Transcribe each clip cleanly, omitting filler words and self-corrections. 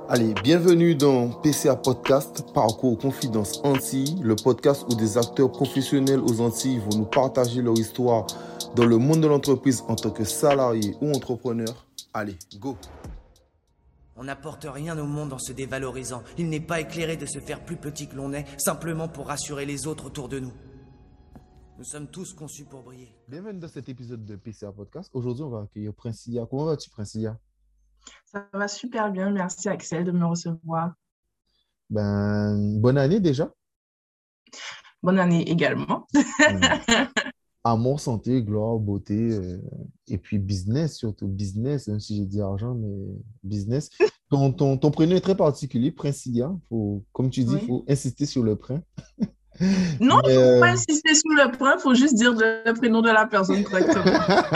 Allez, bienvenue dans PCA Podcast, Parcours Confidence Antilles, le podcast où des acteurs professionnels aux Antilles vont nous partager leur histoire dans le monde de l'entreprise en tant que salarié ou entrepreneur. Allez, go! On n'apporte rien au monde en se dévalorisant. Il n'est pas éclairé de se faire plus petit que l'on est, simplement pour rassurer les autres autour de nous. Nous sommes tous conçus pour briller. Bienvenue dans cet épisode de PCA Podcast. Aujourd'hui, on va accueillir Princilia. Comment vas-tu, Princilia? Ça va super bien, merci Axel de me recevoir. Bonne année déjà. Bonne année également. Amour, santé, gloire, beauté, et puis business, surtout business, même si j'ai dit argent, mais business. Ton prénom est très particulier, Princilia. Comme tu dis, il Oui. faut insister sur le prin. Non, Mais, il ne faut pas insister sur le point, il faut juste dire le prénom de la personne correctement.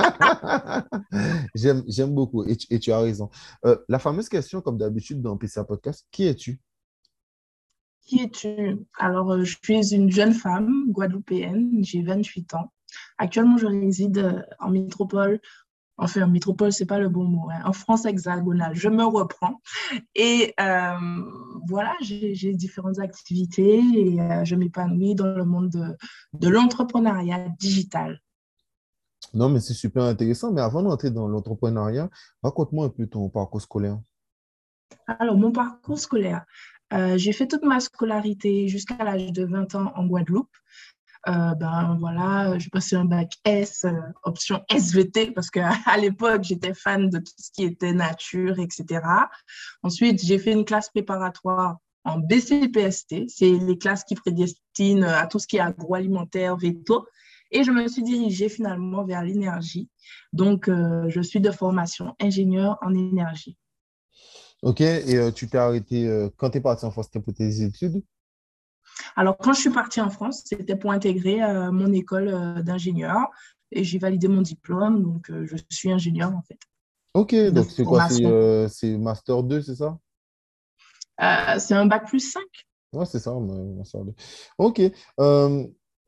J'aime beaucoup et tu as raison. La fameuse question, comme d'habitude dans PCA Podcast, qui es-tu? Qui es-tu? Alors, je suis une jeune femme guadeloupéenne, j'ai 28 ans. Actuellement, je réside en métropole. Enfin, métropole, c'est pas le bon mot, hein. En France hexagonale, je me reprends. Et voilà, j'ai différentes activités et je m'épanouis dans le monde de l'entrepreneuriat digital. Non, mais c'est super intéressant. Mais avant d'entrer dans l'entrepreneuriat, raconte-moi un peu ton parcours scolaire. Alors, mon parcours scolaire, j'ai fait toute ma scolarité jusqu'à l'âge de 20 ans en Guadeloupe. Voilà, j'ai passé un bac S, option SVT, parce qu'à l'époque, j'étais fan de tout ce qui était nature, etc. Ensuite, j'ai fait une classe préparatoire en BCPST, c'est les classes qui prédestinent à tout ce qui est agroalimentaire, veto. Et je me suis dirigée finalement vers l'énergie. Donc, je suis de formation ingénieur en énergie. Ok, et tu t'es arrêté quand tu es parti en France, c'était pour tes études? Alors, quand je suis partie en France, c'était pour intégrer mon école d'ingénieur et j'ai validé mon diplôme, donc je suis ingénieur en fait, Ok, de donc c'est quoi? formation. C'est Master 2, c'est ça? C'est un bac plus 5. Ouais, c'est ça, Master 2. Ok. euh,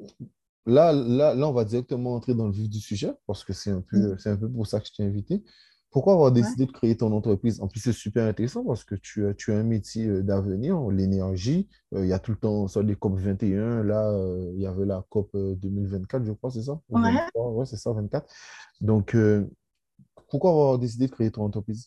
là, on va directement entrer dans le vif du sujet parce que c'est un peu pour ça que je t'ai invité. Pourquoi avoir Ouais. décidé de créer ton entreprise? En plus, c'est super intéressant parce que tu as un métier d'avenir, l'énergie. Il y a tout le temps ça, des COP 21. Là, il y avait la COP 2024, je crois, c'est ça? Ou Ouais. 23, ouais, c'est ça, 24. Donc, pourquoi avoir décidé de créer ton entreprise?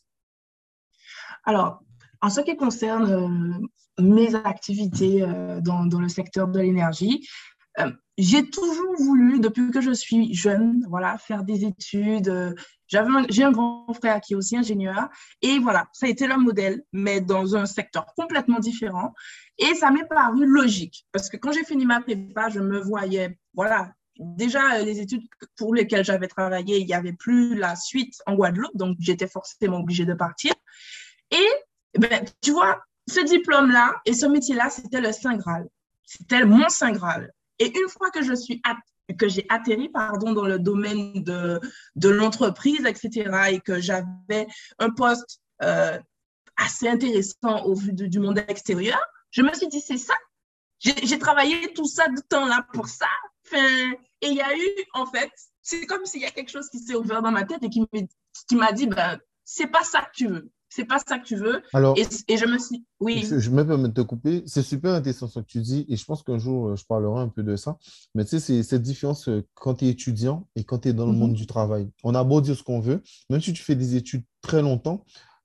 Alors, en ce qui concerne mes activités dans le secteur de l'énergie, j'ai toujours voulu, depuis que je suis jeune, voilà, faire des études. J'ai un grand frère qui est aussi ingénieur. Et voilà, ça a été le modèle, mais dans un secteur complètement différent. Et ça m'est paru logique. Parce que quand j'ai fini ma prépa, je me voyais, voilà, déjà les études pour lesquelles j'avais travaillé, il n'y avait plus la suite en Guadeloupe. Donc, j'étais forcément obligée de partir. Et ben, tu vois, ce diplôme-là et ce métier-là, c'était le Saint Graal. C'était mon Saint Graal. Et une fois que que j'ai atterri dans le domaine de l'entreprise, etc., et que j'avais un poste assez intéressant au vu du monde extérieur, je me suis dit, c'est ça. J'ai travaillé tout ça du temps-là pour ça. Enfin, et il y a eu, en fait, c'est comme s'il y a quelque chose qui s'est ouvert dans ma tête et qui m'a dit, ben, c'est pas ça que tu veux. C'est pas ça que tu veux. Alors, Et je me suis, oui. je me permets de te couper. C'est super intéressant ce que tu dis et je pense qu'un jour, je parlerai un peu de ça. Mais tu sais, c'est cette différence quand tu es étudiant et quand tu es dans le monde Mhm. du travail. On a beau dire ce qu'on veut, même si tu fais des études très longtemps,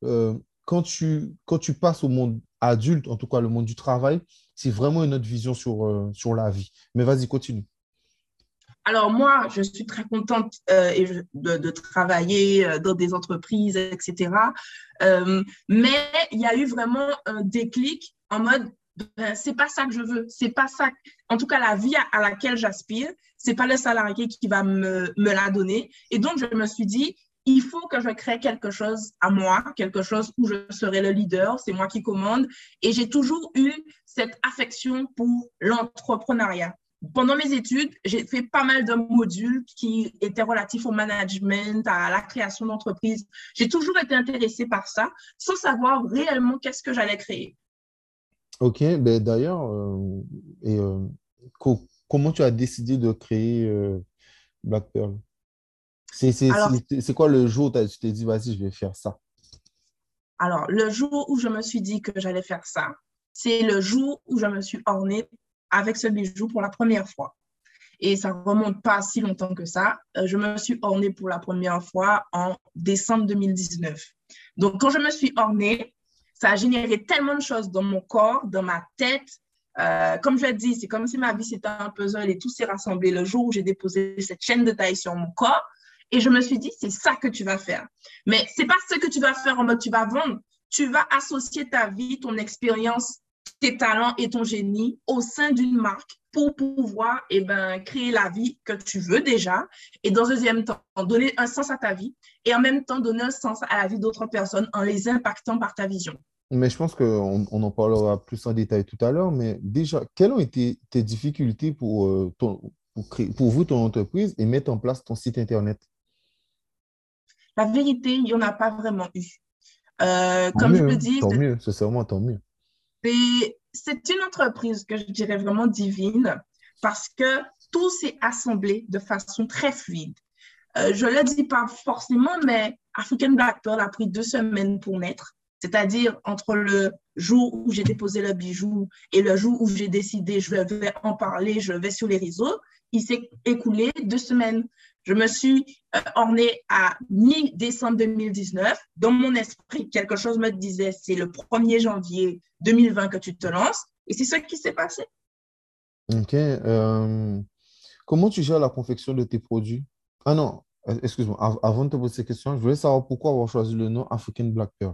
quand tu passes au monde adulte, en tout cas le monde du travail, c'est vraiment une autre vision sur la vie. Mais vas-y, continue. Alors moi, je suis très contente de travailler dans des entreprises, etc. Mais il y a eu vraiment un déclic en mode, ben, c'est pas ça que je veux, c'est pas ça. En tout cas, la vie à laquelle j'aspire, c'est pas le salarié qui va me la donner. Et donc, je me suis dit, il faut que je crée quelque chose à moi, quelque chose où je serai le leader, c'est moi qui commande. Et j'ai toujours eu cette affection pour l'entrepreneuriat. Pendant mes études, j'ai fait pas mal de modules qui étaient relatifs au management, à la création d'entreprises. J'ai toujours été intéressée par ça, sans savoir réellement qu'est-ce que j'allais créer. Ok, ben d'ailleurs, et, comment tu as décidé de créer Black Pearl? Alors, C'est quoi le jour où tu t'es dit, vas-y, je vais faire ça? Alors, le jour où je me suis dit que j'allais faire ça, c'est le jour où je me suis ornée avec ce bijou pour la première fois. Et ça ne remonte pas si longtemps que ça. Je me suis ornée pour la première fois en décembre 2019. Donc, quand je me suis ornée, ça a généré tellement de choses dans mon corps, dans ma tête. Comme je l'ai dit, c'est comme si ma vie c'était un puzzle et tout s'est rassemblé le jour où j'ai déposé cette chaîne de taille sur mon corps. Et je me suis dit, c'est ça que tu vas faire. Mais ce n'est pas ce que tu vas faire en mode tu vas vendre. Tu vas associer ta vie, ton expérience, tes talents et ton génie au sein d'une marque pour pouvoir créer la vie que tu veux déjà. Et dans un deuxième temps, donner un sens à ta vie et en même temps donner un sens à la vie d'autres personnes en les impactant par ta vision. Mais je pense qu'on en parlera plus en détail tout à l'heure. Mais déjà, quelles ont été tes difficultés pour vous, ton entreprise, et mettre en place ton site Internet? La vérité, il n'y en a pas vraiment eu. Tant Comme je mieux, le hein, dis, tant mieux, sincèrement, tant mieux. c'est une entreprise que je dirais vraiment divine parce que tout s'est assemblé de façon très fluide. Je ne le dis pas forcément, mais African Black Pearl a pris 2 semaines pour naître. C'est-à-dire entre le jour où j'ai déposé le bijou et le jour où j'ai décidé, je vais en parler, je vais sur les réseaux, il s'est écoulé 2 semaines. Je me suis ornée à mi-décembre 2019. Dans mon esprit, quelque chose me disait, c'est le 1er janvier 2020 que tu te lances. Et c'est ce qui s'est passé. OK. Comment tu gères la confection de tes produits? Ah non, excuse-moi. Avant de te poser ces questions, je voulais savoir pourquoi avoir choisi le nom African Black Pearl.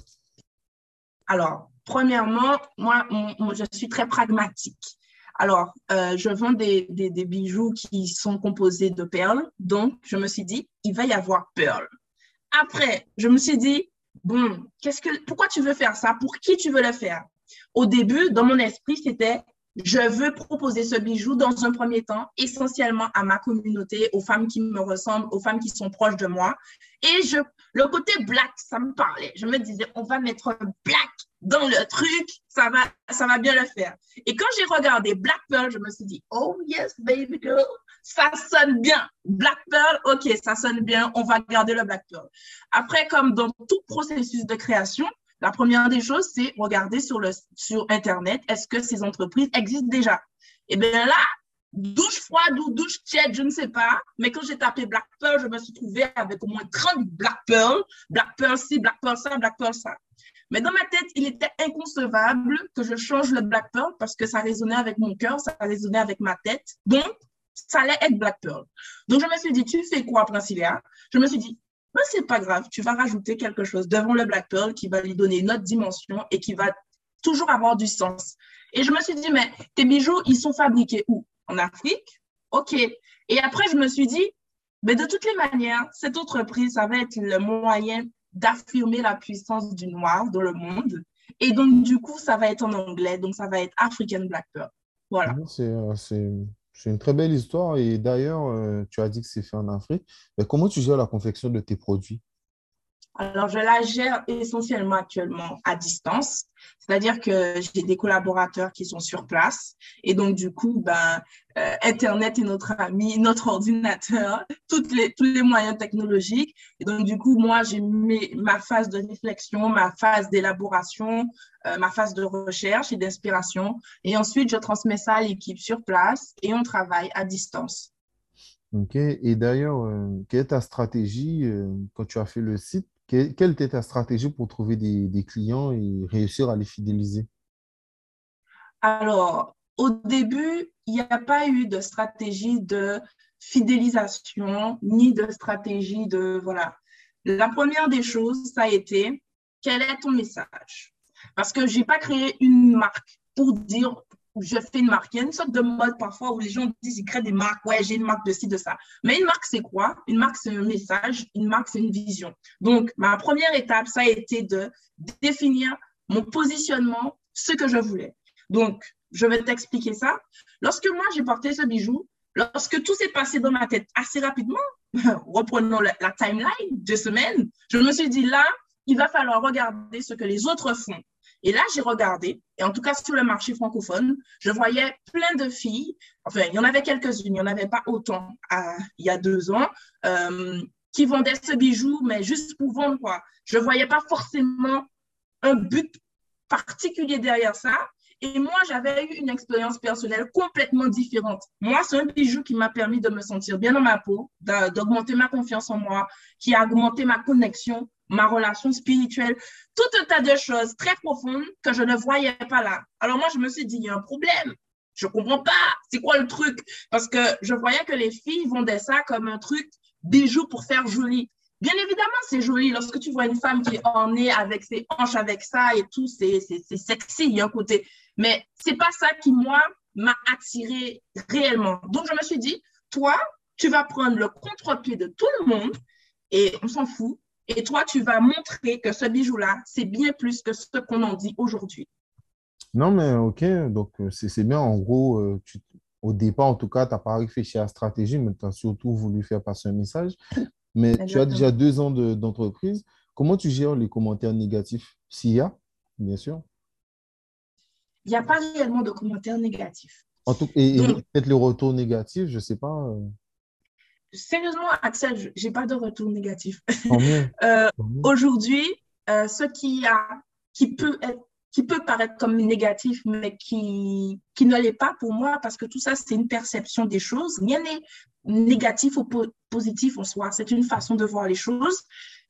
Alors, premièrement, moi, je suis très pragmatique. Alors, je vends des bijoux qui sont composés de perles. Donc, je me suis dit, il va y avoir pearl. Après, je me suis dit, bon, pourquoi tu veux faire ça? Pour qui tu veux le faire? Au début, dans mon esprit, c'était, je veux proposer ce bijou dans un premier temps, essentiellement à ma communauté, aux femmes qui me ressemblent, aux femmes qui sont proches de moi. Et le côté black, ça me parlait. Je me disais, on va mettre un black dans le truc, ça va bien le faire. Et quand j'ai regardé Black Pearl, je me suis dit, oh yes, baby girl, ça sonne bien. Black Pearl, ok, ça sonne bien, on va garder le Black Pearl. Après, comme dans tout processus de création, la première des choses, c'est regarder sur Internet, est-ce que ces entreprises existent déjà? Et bien là, douche froide ou douche tiède, je ne sais pas, mais quand j'ai tapé Black Pearl, je me suis trouvée avec au moins 30 Black Pearl ci, Black Pearl ça, Black Pearl ça. Mais dans ma tête, il était inconcevable que je change le Black Pearl parce que ça résonnait avec mon cœur, ça résonnait avec ma tête. Donc, ça allait être Black Pearl. Donc, je me suis dit, tu fais quoi, Princilia? Je me suis dit, ben, c'est pas grave, tu vas rajouter quelque chose devant le Black Pearl qui va lui donner une autre dimension et qui va toujours avoir du sens. Et je me suis dit, mais tes bijoux, ils sont fabriqués où? En Afrique? OK. Et après, je me suis dit, mais de toutes les manières, cette entreprise, ça va être le moyen d'affirmer la puissance du noir dans le monde. Et donc, du coup, ça va être en anglais. Donc, ça va être African Black Pearl. Voilà. C'est une très belle histoire. Et d'ailleurs, tu as dit que c'est fait en Afrique. Mais comment tu gères la confection de tes produits? Alors, je la gère essentiellement actuellement à distance. C'est-à-dire que j'ai des collaborateurs qui sont sur place. Et donc, du coup, Internet est notre ami, notre ordinateur, tous les moyens technologiques. Et donc, du coup, moi, j'ai ma phase de réflexion, ma phase d'élaboration, ma phase de recherche et d'inspiration. Et ensuite, je transmets ça à l'équipe sur place et on travaille à distance. OK. Et d'ailleurs, quelle est ta stratégie quand tu as fait le site? Quelle était ta stratégie pour trouver des clients et réussir à les fidéliser? Alors, au début, il n'y a pas eu de stratégie de fidélisation ni de stratégie de, voilà. La première des choses, ça a été, quel est ton message? Parce que je n'ai pas créé une marque pour dire, je fais une marque. Il y a une sorte de mode parfois où les gens disent, ils créent des marques, ouais, j'ai une marque de ci, de ça. Mais une marque, c'est quoi? Une marque, c'est un message, une marque, c'est une vision. Donc, ma première étape, ça a été de définir mon positionnement, ce que je voulais. Donc, je vais t'expliquer ça. Lorsque moi, j'ai porté ce bijou, lorsque tout s'est passé dans ma tête assez rapidement, reprenons la timeline, 2 semaines, je me suis dit là, il va falloir regarder ce que les autres font. Et là, j'ai regardé, et en tout cas sur le marché francophone, je voyais plein de filles, enfin, il y en avait quelques-unes, il n'y en avait pas autant il y a 2 ans, qui vendaient ce bijou, mais juste pour vendre, quoi. Je ne voyais pas forcément un but particulier derrière ça. Et moi, j'avais eu une expérience personnelle complètement différente. Moi, c'est un bijou qui m'a permis de me sentir bien dans ma peau, d'augmenter ma confiance en moi, qui a augmenté ma connexion, ma relation spirituelle, tout un tas de choses très profondes que je ne voyais pas là. Alors moi, je me suis dit, il y a un problème. Je ne comprends pas. C'est quoi le truc? Parce que je voyais que les filles vendaient ça comme un truc bijou pour faire joli. Bien évidemment, c'est joli. Lorsque tu vois une femme qui est ornée avec ses hanches, avec ça et tout, c'est sexy, il y a un côté. Mais c'est pas ça qui, moi, m'a attirée réellement. Donc, je me suis dit, toi, tu vas prendre le contre-pied de tout le monde et on s'en fout. Et toi, tu vas montrer que ce bijou-là, c'est bien plus que ce qu'on en dit aujourd'hui. Non, mais ok, donc c'est bien. En gros, au départ, en tout cas, tu n'as pas réfléchi à la stratégie, mais tu as surtout voulu faire passer un message. Mais tu as déjà Exactement. 2 ans d'entreprise. Comment tu gères les commentaires négatifs? S'il y a, bien sûr. Il n'y a pas réellement de commentaires négatifs. Et Donc, peut-être le retour négatif, je ne sais pas. sérieusement, Axel, je n'ai pas de retour négatif. Tant mieux. Euh, Tant mieux. aujourd'hui, ce qui peut être, qui peut paraître comme négatif, mais qui ne l'est pas pour moi, parce que tout ça, c'est une perception des choses. Rien n'est négatif ou positif en soi. C'est une façon de voir les choses.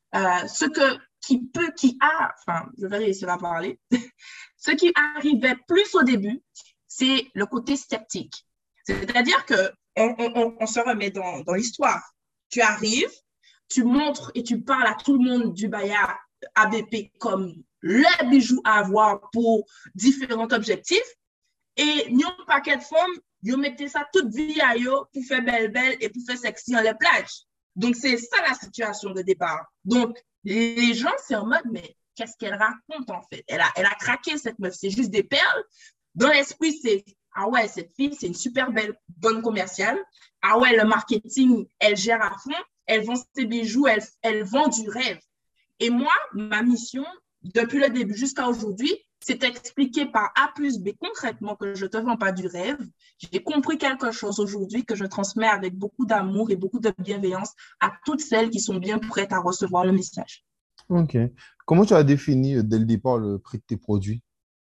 Enfin, je vais réussir à parler. Ce qui arrivait plus au début, c'est le côté sceptique. C'est-à-dire que on se remet dans l'histoire. Tu arrives, tu montres et tu parles à tout le monde du Baya ABP comme le bijou à avoir pour différents objectifs. Et nous, paquet de femmes, ils mettaient ça toute vie à eux pour faire belle et pour faire sexy en les plages. Donc, c'est ça la situation de départ. Donc, les gens, c'est en mode, mais qu'est-ce qu'elle raconte en fait? Elle a craqué cette meuf, c'est juste des perles. Dans l'esprit, c'est, ah ouais, cette fille, c'est une super belle, bonne commerciale. Ah ouais, le marketing, elle gère à fond, elle vend ses bijoux, elle vend du rêve. Et moi, ma mission, depuis le début jusqu'à aujourd'hui, c'est expliqué par A plus B concrètement que je ne te vends pas du rêve. J'ai compris quelque chose aujourd'hui que je transmets avec beaucoup d'amour et beaucoup de bienveillance à toutes celles qui sont bien prêtes à recevoir le message. Ok. Comment tu as défini dès le départ le prix de tes produits?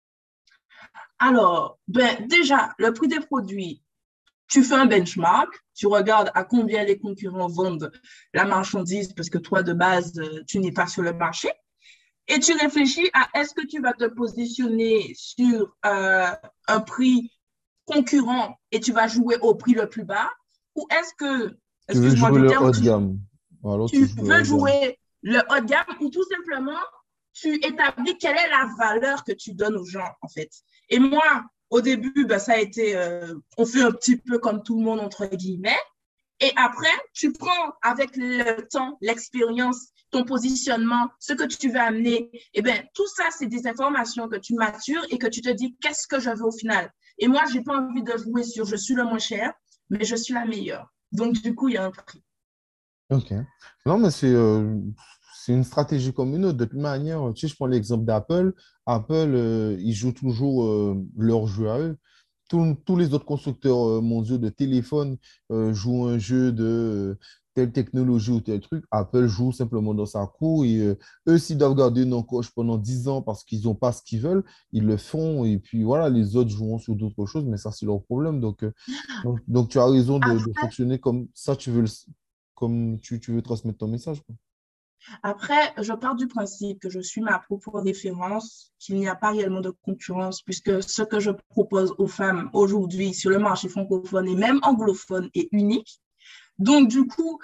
Alors, ben, déjà, le prix des produits, tu fais un benchmark, tu regardes à combien les concurrents vendent la marchandise parce que toi, de base, tu n'es pas sur le marché. Et tu réfléchis à est-ce que tu vas te positionner sur un prix concurrent et tu vas jouer au prix le plus bas ou est-ce que, Tu veux excuse-moi jouer du le terme, haut de gamme. Ou alors tu tu joues le haut veux de gamme. jouer le haut de gamme ou tout simplement tu établis quelle est la valeur que tu donnes aux gens en fait. Et moi, au début, ben, ça a été, on fait un petit peu comme tout le monde entre guillemets. Et après, tu prends avec le temps, l'expérience, ton positionnement, ce que tu veux amener. Eh bien, tout ça, c'est des informations que tu matures et que tu te dis, qu'est-ce que je veux au final? Et moi, j'ai pas envie de jouer sur je suis le moins cher, mais je suis la meilleure. Donc, du coup, il y a un prix. Ok. Non, mais c'est une stratégie comme une autre. De toute manière, si je prends l'exemple d'Apple, Apple, ils jouent toujours leur jeu à eux. Tous les autres constructeurs mondiaux de téléphones jouent un jeu de telle technologie ou tel truc. Apple joue simplement dans sa cour et eux, s'ils doivent garder une encoche pendant 10 ans parce qu'ils n'ont pas ce qu'ils veulent, ils le font. Et puis voilà, les autres joueront sur d'autres choses, mais ça, c'est leur problème. Donc, tu as raison de Après, fonctionner comme ça, comme tu veux transmettre ton message, quoi. Après, je pars du principe que je suis ma propre référence, qu'il n'y a pas réellement de concurrence, puisque ce que je propose aux femmes aujourd'hui sur le marché francophone et même anglophone est unique. Donc, du coup,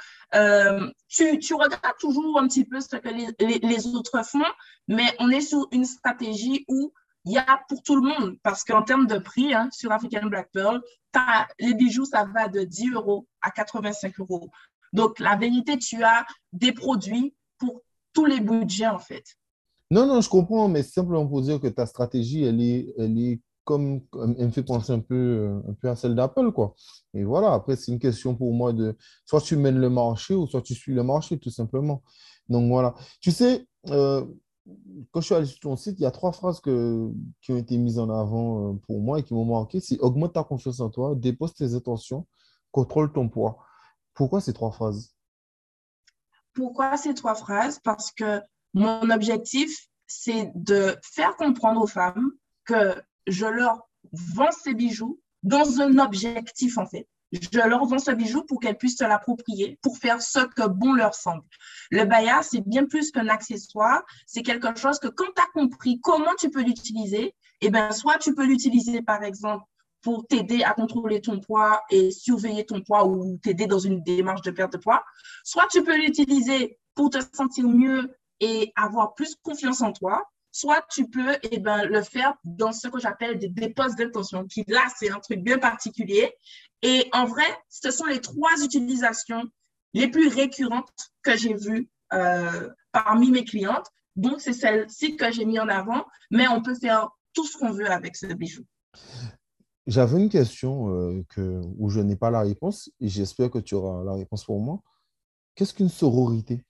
tu regardes toujours un petit peu ce que les autres font, mais on est sur une stratégie où il y a pour tout le monde, parce qu'en termes de prix, hein, sur African Black Pearl, les bijoux, ça va de 10 euros à 85 euros. Donc, la vérité, tu as des produits pour tous les budgets, en fait. Non, non, je comprends, mais c'est simplement pour dire que ta stratégie, elle est elle me fait penser un peu à celle d'Apple, quoi. Et voilà, après, c'est une question pour moi de soit tu mènes le marché ou soit tu suis le marché, tout simplement. Donc voilà. Tu sais, quand je suis allé sur ton site, il y a 3 phrases qui ont été mises en avant pour moi et qui m'ont marqué. C'est augmente ta confiance en toi, dépose tes intentions, contrôle ton poids. Pourquoi ces 3 phrases? Pourquoi ces trois phrases? Parce que mon objectif, c'est de faire comprendre aux femmes que je leur vends ces bijoux dans un objectif, en fait. Je leur vends ce bijou pour qu'elles puissent se l'approprier, pour faire ce que bon leur semble. Le baya, c'est bien plus qu'un accessoire. C'est quelque chose que quand tu as compris comment tu peux l'utiliser, eh bien, soit tu peux l'utiliser, par exemple, pour t'aider à contrôler ton poids et surveiller ton poids ou t'aider dans une démarche de perte de poids, soit tu peux l'utiliser pour te sentir mieux et avoir plus confiance en toi, soit tu peux le faire dans ce que j'appelle des déposes d'intention, qui là, c'est un truc bien particulier. Et en vrai, ce sont les 3 utilisations les plus récurrentes que j'ai vues parmi mes clientes. Donc, c'est celle-ci que j'ai mis en avant, mais on peut faire tout ce qu'on veut avec ce bijou. J'avais une question où je n'ai pas la réponse et j'espère que tu auras la réponse pour moi. Qu'est-ce qu'une sororité?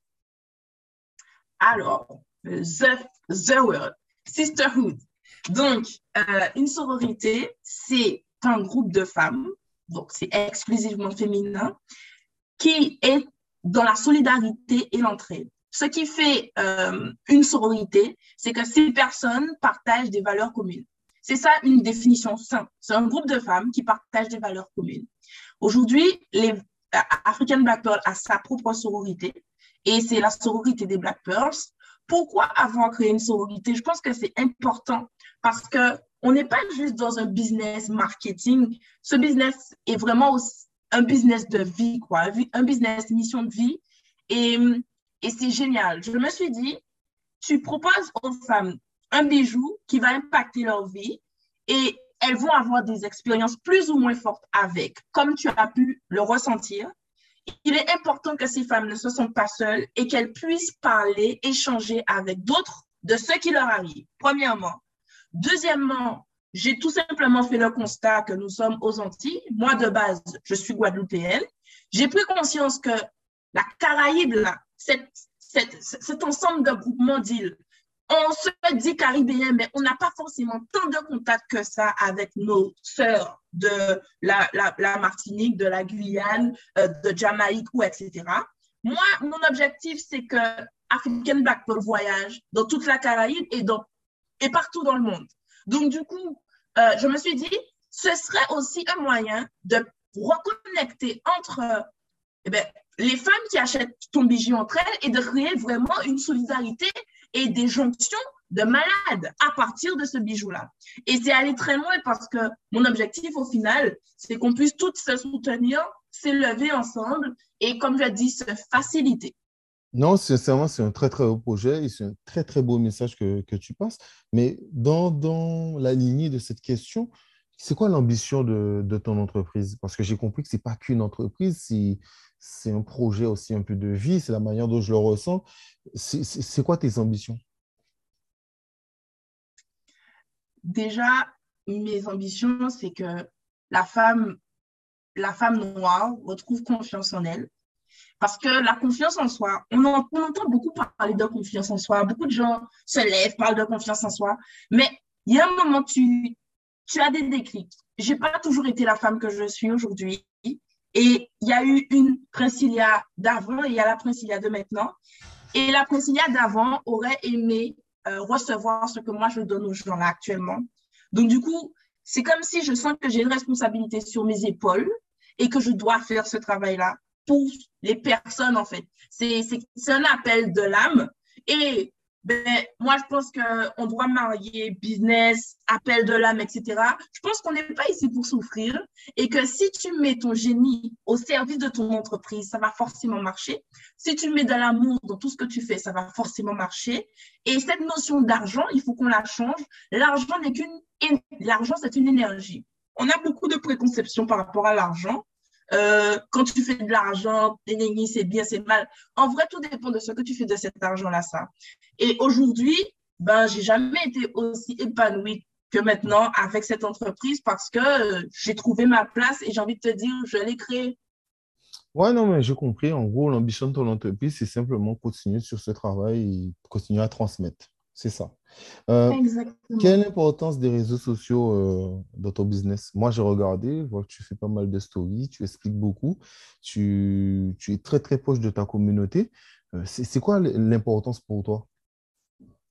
Alors, the word, sisterhood. Donc, une sororité, c'est un groupe de femmes, donc c'est exclusivement féminin, qui est dans la solidarité et l'entraide. Ce qui fait une sororité, c'est que ces personnes partagent des valeurs communes. C'est ça une définition simple. C'est un groupe de femmes qui partagent des valeurs communes. Aujourd'hui, les African Black Pearl a sa propre sororité et c'est la sororité des Black Pearls. Pourquoi avoir créé une sororité? Je pense que c'est important parce qu'on n'est pas juste dans un business marketing. Ce business est vraiment aussi un business de vie, quoi, un business mission de vie. Et c'est génial. Je me suis dit, tu proposes aux femmes un bijou qui va impacter leur vie et elles vont avoir des expériences plus ou moins fortes avec, comme tu as pu le ressentir. Il est important que ces femmes ne se sentent pas seules et qu'elles puissent parler, échanger avec d'autres de ce qui leur arrive, premièrement. Deuxièmement, j'ai tout simplement fait le constat que nous sommes aux Antilles. Moi, de base, je suis guadeloupéenne. J'ai pris conscience que la Caraïbe, là, cet ensemble de groupements d'îles, on se dit caribéen, mais on n'a pas forcément tant de contacts que ça avec nos sœurs de la Martinique, de la Guyane, de Jamaïque, ou etc. Moi, mon objectif, c'est que African Black Pearl voyage dans toute la Caraïbe et partout dans le monde. Donc, du coup, je me suis dit, ce serait aussi un moyen de reconnecter entre les femmes qui achètent ton bijou entre elles et de créer vraiment une solidarité et des jonctions de malades à partir de ce bijou-là. Et c'est aller très loin parce que mon objectif, au final, c'est qu'on puisse toutes se soutenir, s'élever ensemble et, comme je dis, se faciliter. Non, sincèrement, c'est un très, très beau projet et c'est un très, très beau message que tu passes. Mais dans la lignée de cette question, c'est quoi l'ambition de ton entreprise? Parce que j'ai compris que ce n'est pas qu'une entreprise, c'est un projet aussi un peu de vie, c'est la manière dont je le ressens. C'est quoi tes ambitions? Déjà, mes ambitions, c'est que la femme noire retrouve confiance en elle. Parce que la confiance en soi, on entend beaucoup parler de confiance en soi. Beaucoup de gens se lèvent, parlent de confiance en soi. Mais il y a un moment, tu as des déclics. Je n'ai pas toujours été la femme que je suis aujourd'hui. Et il y a eu une Princilia d'avant et il y a la Princilia de maintenant. Et la Princilia d'avant aurait aimé recevoir ce que moi je donne aux gens là actuellement. Donc, du coup, c'est comme si je sens que j'ai une responsabilité sur mes épaules et que je dois faire ce travail-là pour les personnes, en fait. C'est un appel de l'âme. Et moi, je pense qu'on doit marier business, appel de l'âme, etc. Je pense qu'on n'est pas ici pour souffrir et que si tu mets ton génie au service de ton entreprise, ça va forcément marcher. Si tu mets de l'amour dans tout ce que tu fais, ça va forcément marcher. Et cette notion d'argent, il faut qu'on la change. L'argent, c'est une énergie. On a beaucoup de préconceptions par rapport à l'argent. Quand tu fais de l'argent, c'est bien, c'est mal. En vrai, tout dépend de ce que tu fais de cet argent-là, ça. Et aujourd'hui, j'ai jamais été aussi épanouie que maintenant avec cette entreprise parce que j'ai trouvé ma place et j'ai envie de te dire, je l'ai créée. Ouais, non, mais j'ai compris. En gros, l'ambition de ton entreprise, c'est simplement continuer sur ce travail et continuer à transmettre. C'est ça. Euh, Exactement. Quelle importance des réseaux sociaux dans ton business? Moi, j'ai regardé, je vois que tu fais pas mal de stories, tu expliques beaucoup, tu es très, très proche de ta communauté. C'est quoi l'importance pour toi?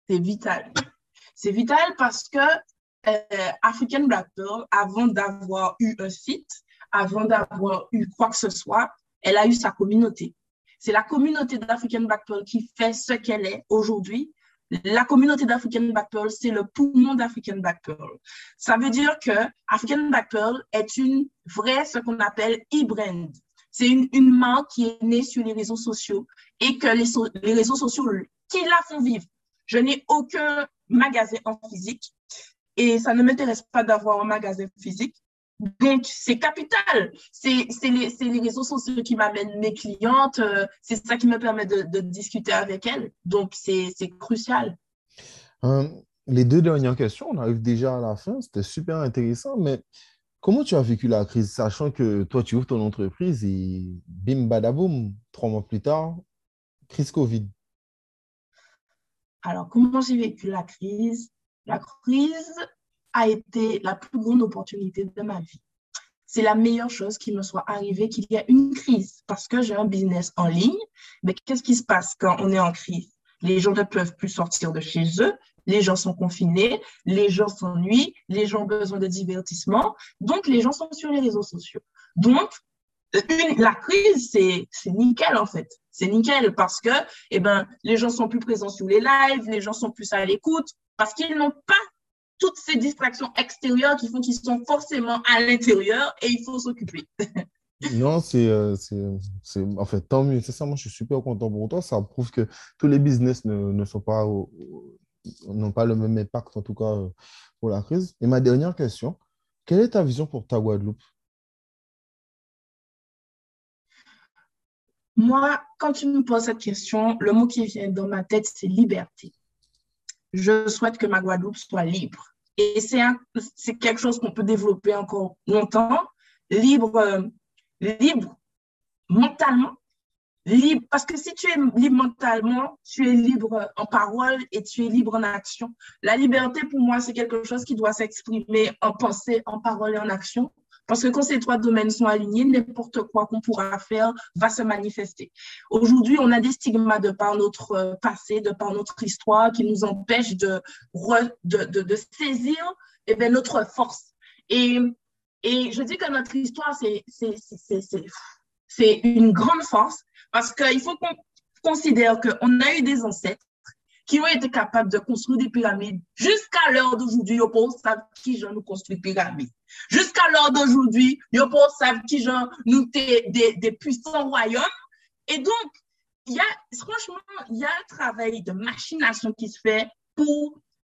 C'est vital. C'est vital parce que African Black Pearl, avant d'avoir eu un site, avant d'avoir eu quoi que ce soit, elle a eu sa communauté. C'est la communauté d'African Black Pearl qui fait ce qu'elle est aujourd'hui. La communauté d'African Black Pearl, c'est le poumon d'African Black Pearl. Ça veut dire que African Black Pearl est une vraie, ce qu'on appelle e-brand. C'est une marque qui est née sur les réseaux sociaux et que les réseaux sociaux qui la font vivre. Je n'ai aucun magasin en physique et ça ne m'intéresse pas d'avoir un magasin physique. Donc, c'est capital. C'est les réseaux sociaux qui m'amènent mes clientes. C'est ça qui me permet de discuter avec elles. Donc, c'est crucial. Les deux dernières questions, on arrive déjà à la fin. C'était super intéressant, mais comment tu as vécu la crise, sachant que toi, tu ouvres ton entreprise et bim, badaboum, 3 mois plus tard, crise Covid. Alors, comment j'ai vécu la crise? La crise a été la plus grande opportunité de ma vie. C'est la meilleure chose qui me soit arrivée qu'il y ait une crise parce que j'ai un business en ligne. Mais qu'est-ce qui se passe quand on est en crise? Les gens ne peuvent plus sortir de chez eux, les gens sont confinés, les gens s'ennuient, les gens ont besoin de divertissement. Donc, les gens sont sur les réseaux sociaux. Donc, la crise, c'est nickel en fait. C'est nickel parce que les gens sont plus présents sur les lives, les gens sont plus à l'écoute parce qu'ils n'ont pas toutes ces distractions extérieures qui font qu'ils sont forcément à l'intérieur et il faut s'occuper. Non, en fait, tant mieux. C'est ça, moi, je suis super content pour toi. Ça prouve que tous les business ne sont pas, n'ont pas le même impact, en tout cas, pour la crise. Et ma dernière question, quelle est ta vision pour ta Guadeloupe? Moi, quand tu me poses cette question, le mot qui vient dans ma tête, c'est liberté. Je souhaite que ma Guadeloupe soit libre. Et c'est quelque chose qu'on peut développer encore longtemps. Libre mentalement. Libre, parce que si tu es libre mentalement, tu es libre en parole et tu es libre en action. La liberté, pour moi, c'est quelque chose qui doit s'exprimer en pensée, en parole et en action. Parce que quand ces 3 domaines sont alignés, n'importe quoi qu'on pourra faire va se manifester. Aujourd'hui, on a des stigmates de par notre passé, de par notre histoire, qui nous empêchent de saisir notre force. Et je dis que notre histoire, c'est une grande force parce qu'il faut qu'on considère qu'on a eu des ancêtres qui ont été capables de construire des pyramides. Jusqu'à l'heure d'aujourd'hui, ils ne savent qui j'en nous construit des pyramides. Jusqu'à l'heure d'aujourd'hui, ils ne savent qui j'en nous des puissants royaumes. Et donc, franchement, il y a un travail de machination qui se fait pour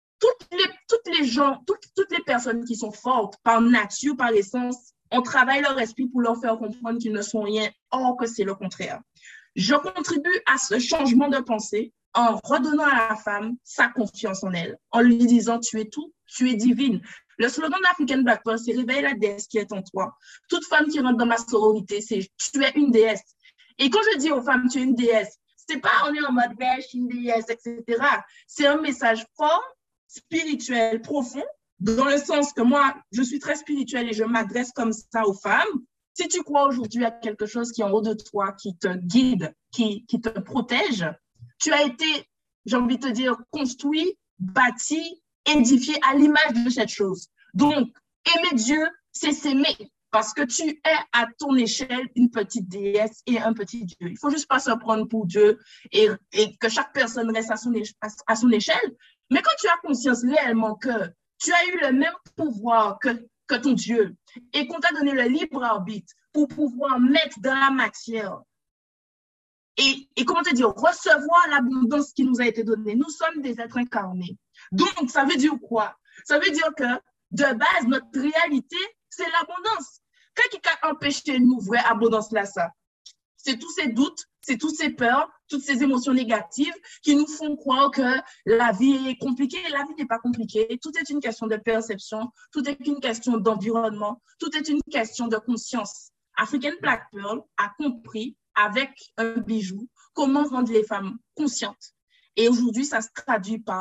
toutes les personnes qui sont fortes par nature, par essence. On travaille leur esprit pour leur faire comprendre qu'ils ne sont rien, or que c'est le contraire. Je contribue à ce changement de pensée en redonnant à la femme sa confiance en elle, en lui disant « tu es tout, tu es divine ». Le slogan d'African Black Pearl, c'est « réveille la déesse qui est en toi ». Toute femme qui rentre dans ma sororité, c'est « tu es une déesse ». Et quand je dis aux femmes « tu es une déesse », c'est pas on est en mode « je suis une déesse », etc. C'est un message fort, spirituel, profond, dans le sens que moi, je suis très spirituelle et je m'adresse comme ça aux femmes. Si tu crois aujourd'hui à quelque chose qui est en haut de toi, qui te guide, qui te protège, tu as été, j'ai envie de te dire, construit, bâti, édifié à l'image de cette chose. Donc, aimer Dieu, c'est s'aimer parce que tu es à ton échelle une petite déesse et un petit Dieu. Il ne faut juste pas se prendre pour Dieu et que chaque personne reste à son échelle. Mais quand tu as conscience réellement que tu as eu le même pouvoir que ton Dieu et qu'on t'a donné le libre arbitre pour pouvoir mettre dans la matière et comment te dire, recevoir l'abondance qui nous a été donnée. Nous sommes des êtres incarnés. Donc, ça veut dire quoi? Ça veut dire que, de base, notre réalité, c'est l'abondance. Qu'est-ce qui a empêché nous, vraie abondance là, ça? C'est tous ces doutes, c'est toutes ces peurs, toutes ces émotions négatives qui nous font croire que la vie est compliquée. La vie n'est pas compliquée. Tout est une question de perception, tout est une question d'environnement, tout est une question de conscience. African Black Pearl a compris avec un bijou comment rendre les femmes conscientes. Et aujourd'hui, ça se traduit par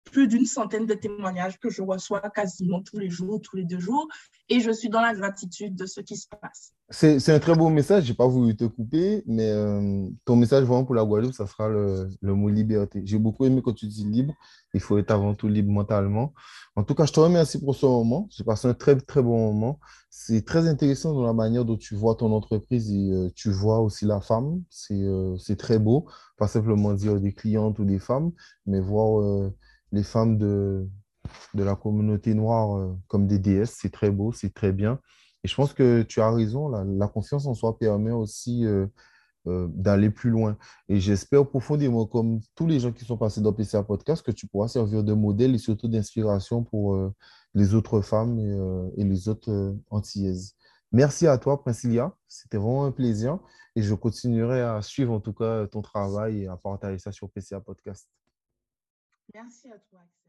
plus d'une centaine de témoignages que je reçois quasiment tous les jours, tous les 2 jours, et je suis dans la gratitude de ce qui se passe. C'est un très beau message. J'ai pas voulu te couper, mais ton message vraiment pour la Guadeloupe, ça sera le mot liberté. J'ai beaucoup aimé quand tu dis libre. Il faut être avant tout libre mentalement. En tout cas, je te remercie pour ce moment. J'ai passé un très, très bon moment. C'est très intéressant dans la manière dont tu vois ton entreprise et tu vois aussi la femme. C'est très beau. Pas simplement dire des clientes ou des femmes, mais voir les femmes de la communauté noire comme des déesses. C'est très beau, c'est très bien. Et je pense que tu as raison, la confiance en soi permet aussi d'aller plus loin. Et j'espère profondément, comme tous les gens qui sont passés dans PCA Podcast, que tu pourras servir de modèle et surtout d'inspiration pour les autres femmes et les autres Antillaises. Merci à toi, Princilia. C'était vraiment un plaisir. Et je continuerai à suivre en tout cas ton travail et à partager ça sur PCA Podcast. Merci à toi.